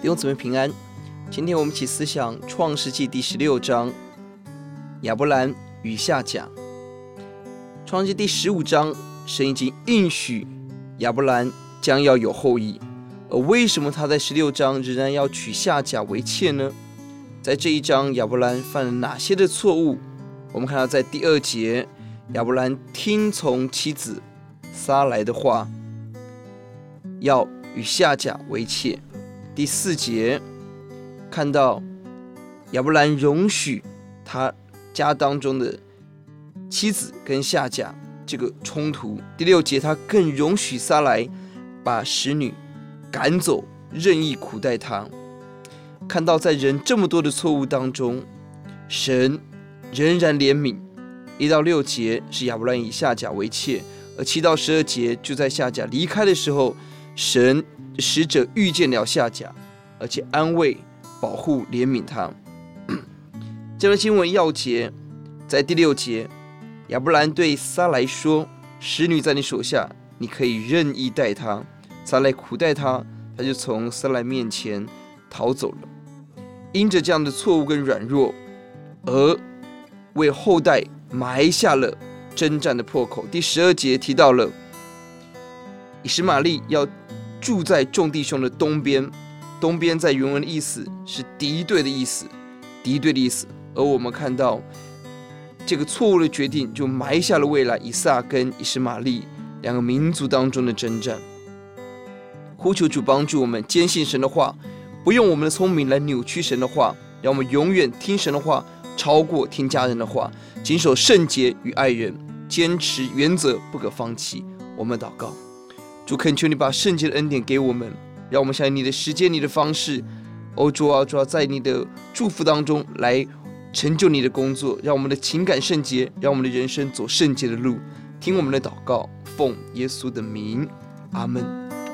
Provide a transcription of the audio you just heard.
弟兄姊妹平安。今天我们一起思想创世纪第16章亚伯兰与夏甲。创世纪第15章，神已经应许亚伯兰将要有后裔，而为什么他在16章仍然要娶夏甲为妾呢？在这一章亚伯兰犯了哪些的错误？我们看到在第2节，亚伯兰听从妻子撒来的话，要与夏甲为妾。第4节看到亚伯兰容许他家当中的妻子跟夏甲这个冲突。第6节他更容许撒来把使女赶走，任意苦待他。看到在人这么多的错误当中，神仍然怜悯。1到6节是亚伯兰以夏甲为妾，而7到12节就在夏甲离开的时候，神使者遇见了夏甲，而且安慰、保护、怜悯他。这段经文要节在第6节，亚伯兰对撒来说：“使女在你手下，你可以任意待她。”撒来苦待他，他就从撒来面前逃走了。因着这样的错误跟软弱，而为后代埋下了征战的破口。第12节提到了以实玛利要住在众弟兄的东边，东边在原文的意思是敌对的意思，敌对的意思。而我们看到这个错误的决定，就埋下了未来以撒跟以实玛利两个民族当中的征战。呼求主帮助我们坚信神的话，不用我们的聪明来扭曲神的话，让我们永远听神的话，超过听家人的话，谨守圣洁与爱人，坚持原则，不可放弃。我们祷告，主，恳求你把圣洁的恩典给我们，让我们想你的时间、你的方式，主啊，在你的祝福当中来成就你的工作，让我们的情感圣洁，让我们的人生走圣洁的路。听我们的祷告，奉耶稣的名，阿们。